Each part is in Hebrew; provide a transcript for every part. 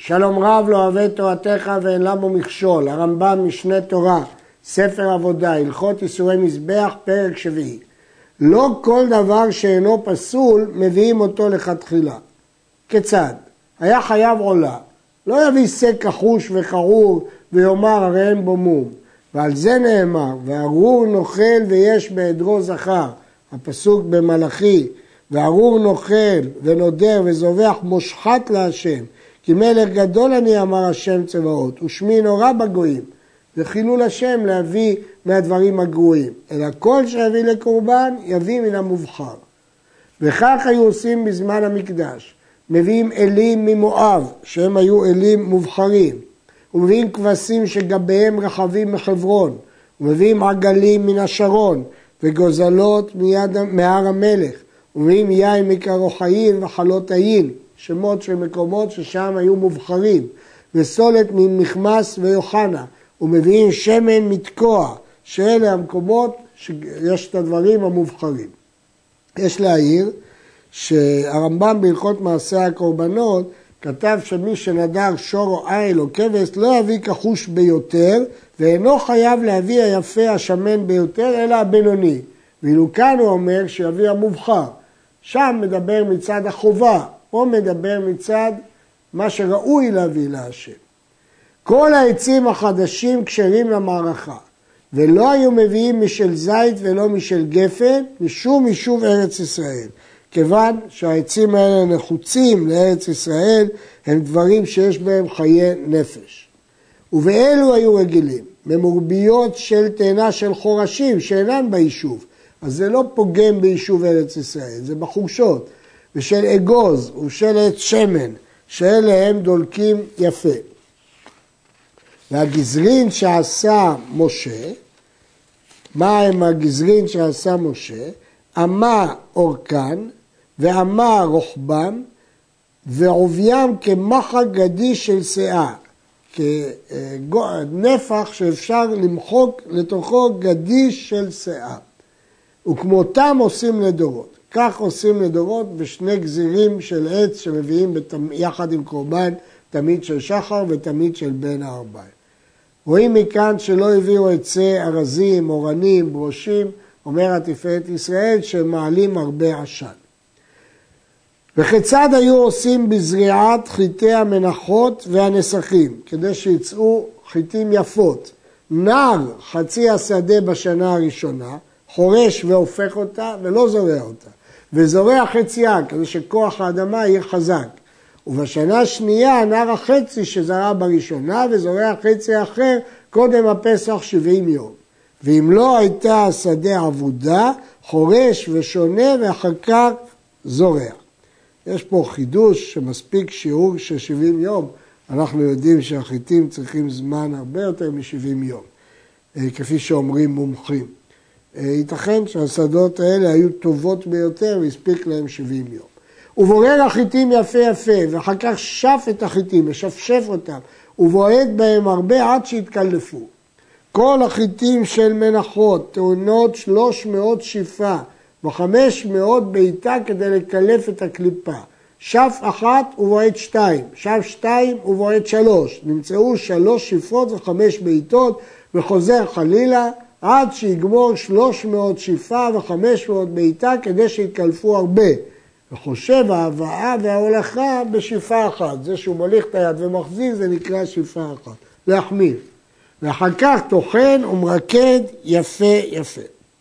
שלום רב לא אוהב תורתך ואין למו מכשול, הרמב"ם משנה תורה, ספר עבודה, הלכות איסורי מזבח, פרק שביעי. לא כל דבר שאינו פסול מביאים אותו לכתחילה. כיצד? היה חייב עולה, לא יביא שק כחוש וחרור ויאמר הרי אין בו מום. ועל זה נאמר, וארור נאכל ויש בעדרו זכר, הפסוק במלאכי, וארור נאכל ונודר וזובח מושחת להשם, כי מלך גדול אני אמר השם צבאות, ושמי נורא בגויים, וחילול השם להביא מהדברים הגרועים, אלא כל שיביא לקורבן יביא מן המובחר. וכך היו עושים בזמן המקדש, מביאים אלים ממואב, שהם היו אלים מובחרים, ומביאים כבשים שגביהם רחבים מחברון, ומביאים עגלים מן השרון, וגוזלות מהר המלך, ומביאים יין מקרוחאין וחלות העין, שמות של מקומות ששם היו מובחרים, וסולת ממכמס ויוחנה, ומביאים שמן מתקוע, שאלה המקומות שיש את הדברים המובחרים. יש להעיר שהרמב"ם בהלכות מעשה הקורבנות כתב שמי שנדר שור או עיל או כבש לא יביא כחוש ביותר, ואינו חייב להביא היפה השמן ביותר, אלא הבינוני. ואילו כאן הוא אומר שיביא המובחר. שם מדבר מצד החובה, או מדבר מצד מה שראוי להביא להשם. כל העצים החדשים כשרים למערכה, ולא היו מביאים משל זית ולא משל גפן, משום יישוב ארץ ישראל. כיוון שהעצים האלה נחוצים לארץ ישראל, הם דברים שיש בהם חיי נפש. ובאלו היו רגילים, במורביות של תאנה של חורשים שאינן ביישוב, אז זה לא פוגם ביישוב ארץ ישראל, זה בחורשות, ושל אגוז ושל עץ שמן, שאלה הם דולקים יפה. והגזרין שעשה משה, מה הם הגזרין שעשה משה? אמה אורכן ואמה רוחבם ועוביים כמחק גדי של שאה, כנפח שאפשר למחוק לתוכו גדי של שאה. וכמותם עושים לדורות. כך עושים לדורות בשני גזירים של עץ שמביאים יחד עם קורבן, תמיד של שחר ותמיד של בין הערביים. רואים מכאן שלא הביאו עצי ארזים, אורנים, ברושים, אומר התפארת ישראל, שהם מעלים הרבה עשן. וכיצד היו עושים בזריעת חיטי המנחות והנסכים, כדי שיצאו חיטים יפות. נער חצי השדה בשנה הראשונה, חורש והופך אותה ולא זורע אותה. וזורע חציה, כדי שכוח האדמה יהיה חזק. ובשנה השנייה נער החצי שזרע בראשונה וזורע חצי אחר קודם הפסח 70 יום. ואם לא הייתה השדה עבודה, חורש ושונה ואחר כך זורע. יש פה חידוש שמספיק שיעור של 70 יום. אנחנו יודעים שהחיטים צריכים זמן הרבה יותר מ-70 יום, כפי שאומרים מומחים. ייתכן שהשדות האלה היו טובות ביותר והספיק להם 70 יום. ובורר החיטים יפה יפה, ואחר כך שף את החיטים, משפשף אותם, ובועט בהם הרבה עד שהתקלפו. כל החיטים של מנחות טעונות 300 שיפה, ו500 בעיטה כדי לקלף את הקליפה. שף אחת ובועט 2, שף 2 ובועט 3. נמצאו 3 שפרות ו5 בעיטות, וחוזר חלילה, עד שיגמור 300 שיפה ו500 בעיטה כדי שיתקלפו הרבה. וחושב ההבאה וההולכה בשיפה אחת. זה שהוא מוליך את היד ומחזיר זה נקרא שיפה אחת. להחמיר. ואחר כך טוחן ומרקד יפה יפה.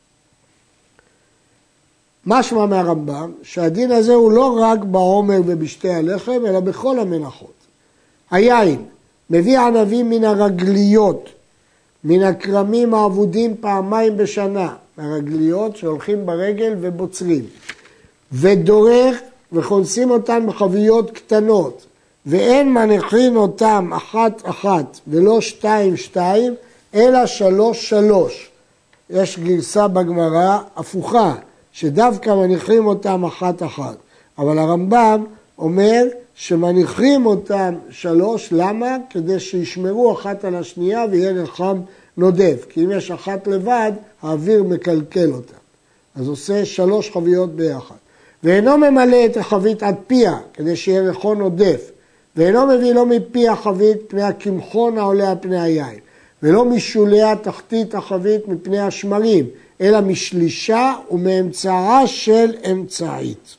משמע מהרמב"ם שהדין הזה הוא לא רק בעומר ובשתי הלחם, אלא בכל המנחות. היין מביא ענבים מן הרגליות, מן הכרמים העבודים פעמיים בשנה, מהרגליות שהולכים ברגל ובוצרים, ודורך וכונסים אותן בחביות קטנות, ואין מניחים אותם אחת אחת ולא 2 2, אלא 3 3. יש גרסה בגמרא הפוכה, שדווקא מניחים אותם אחת אחת. אבל הרמב"ם אומר שמניחים אותם 3, למה? כדי שישמרו אחת על השנייה ויהיה רחם נודף. כי אם יש אחת לבד, האוויר מקלקל אותה. אז עושה 3 חביות ביחד. ואינו ממלא את החבית עד פיה, כדי שיהיה ריחון עודף. ואינו מביא לא מפי החבית פני הקמחון העולה על פני היין, ולא משולי התחתית החבית מפני השמרים, אלא משלישה ומאמצעה של אמצעית.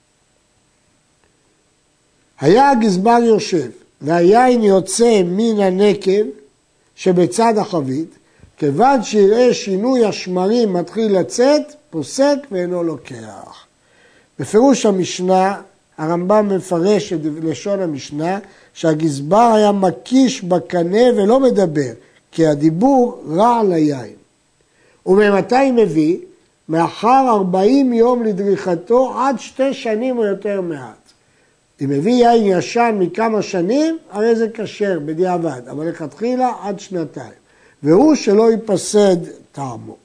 היה הגזבר יושב, והיין יוצא מן הנקב שבצד החבית, כיוון שיראה שינוי השמרים מתחיל לצאת, פוסק ואינו לוקח. בפירוש המשנה, הרמב"ם מפרש את לשון המשנה, שהגזבר היה מקיש בקנה ולא מדבר, כי הדיבור רע ליין. וממתי מביא? מאחר 40 יום לדריכתו עד 2 שנים או יותר מעט. אם מביא יין ישן מכמה שנים, הרי זה כשר בדיעבד, אבל לכתחילה עד 2. והוא שלא ייפסד טעמו.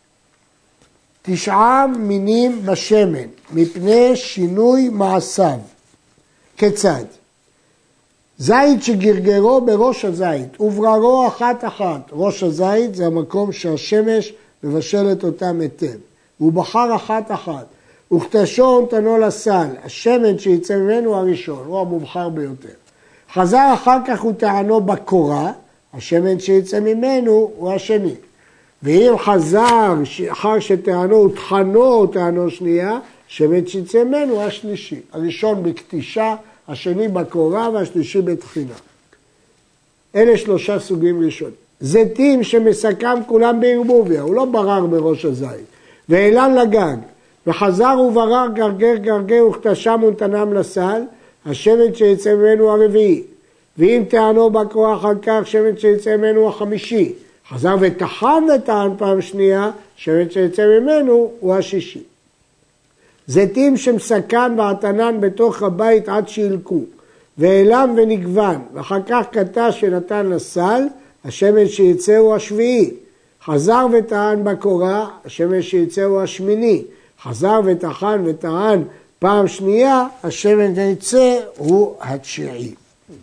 9 מינים בשמן, מפני שינוי מעשיו. כיצד? זית שגרגרו בראש הזית, ובררו אחת. ראש הזית זה המקום שהשמש מבשלת אותם היטב. הוא בחר אחת. וכתשו נתנו לסל, השמן שיצא ממנו הראשון, הוא המובחר ביותר. חזר אחר כך הוא טענו בקורה, השמן שיצא ממנו הוא השני. ואם חזר אחר שטענו וטחנו טענו שנייה, שמן שיצא ממנו הוא השלישי. הראשון בקטישה, השני בקורה והשלישי בתחינה. אלה 3 סוגים ראשונים. זיתים שמסכם כולם בערבוביה, הוא לא ברר בראש הזית. ואילן לגג, וחזר וברר גרגר וכתשם ונתנם לסל, השמן שיצא ממנו הרביעי. ואם טענו בקורה אחר כך, שמן שיצא ממנו החמישי. חזר וטחן וטען פעם שנייה, שמן שיצא ממנו הוא השישי. זיתים שמסכן ועתנן בתוך הבית עד שילקו, ואילם ונגוון, ואחר כך קטש ונתן לסל, השמן שיצא הוא השביעי. חזר וטען בקורה, השמן שיצא הוא השמיני. חזר וטחן וטען פעם שנייה, השמן שיצא הוא התשיעי.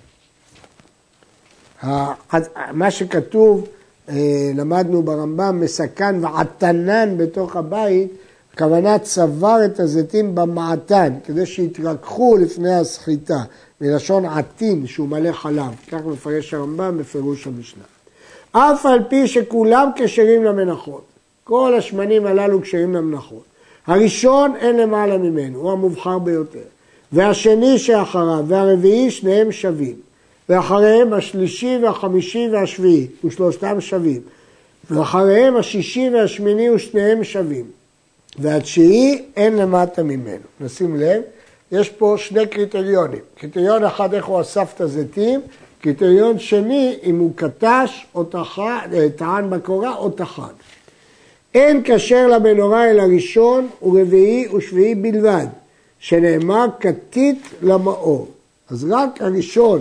מה שכתוב, למדנו ברמב"ם, מסכן ועתנן בתוך הבית, הכוונה צבר את הזיתים במעתן, כדי שיתרככו לפני הסחיטה, מלשון עתין שהוא מלא חלב, כך מפרש הרמב"ם בפירוש המשנה. אף על פי שכולם כשרים למנחות, כל השמנים הללו כשרים למנחות. הראשון אין למעלה ממנו, הוא המובחר ביותר. והשני שאחריו והרביעי שניהם שווים. ואחריהם השלישי והחמישי והשביעי, ושלושתם שווים. ואחריהם השישי והשמיני ושניהם שווים. והתשיעי אין למטה ממנו. נשים לב, יש פה 2 קריטריונים. קריטריון אחד איך הוא אסף את הזיתים, קריטריון שני אם הוא קטש או טען בקורה או טחן. אין כשר למנורה אלא ראשון ורביעי ושביעי בלבד, שנאמר כתית למאור. אז רק הראשון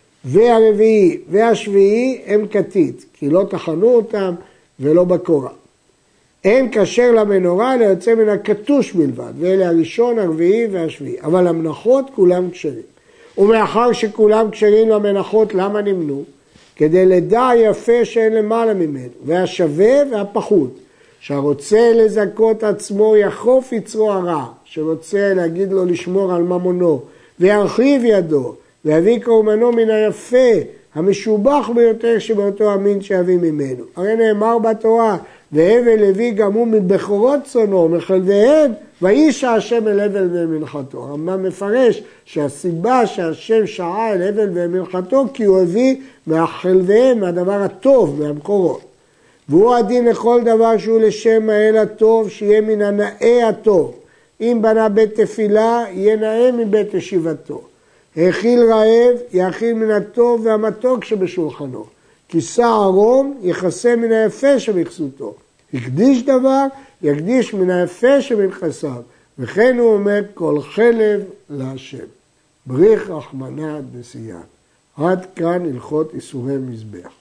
והרביעי והשביעי הם כתית, כי לא טחנו אותם ולא בקורה. אין כשר למנורה אלא יוצא מן הכתוש בלבד, ואלה הראשון, הרביעי והשביעי. אבל המנחות כולם כשרים. ומאחר שכולם כשרים למנחות, למה נמנו? כדי לדע יפה שאין למעלה ממנו, והשווה והפחות. שרוצה לזכות עצמו יחוף יצרו הרע, שרוצה להגיד לו לשמור על ממונו, וירחיב ידו, ויביא קורבנו מן היפה, המשובח ביותר שבאותו המין שיביא ממנו. הרי נאמר בתורה, והבל הביא גם הוא מבכורות צונו, מחלביהם, ואיש השם אל הבל ומנחתו. הרמב"ם מפרש שהסיבה שהשם שעה אל הבל ומנחתו, כי הוא הביא מהחלביהם, מהדבר הטוב, מהמקורות. והוא הדין לכל דבר שהוא לשם האל הטוב, שיהיה מן הנאה הטוב. אם בנה בית תפילה, יהיה נאה מבית ישיבתו. האכיל רעב, יאכיל מן הטוב והמתוק שבשולחנו. כיסה ערום, יכסה מן היפה שבכסותו. הקדיש דבר, יקדיש מן היפה שבנכסיו. וכן הוא אומר, כל חלב להשם. בריך רחמנא דסייען. עד כאן הלכות איסורי מזבח.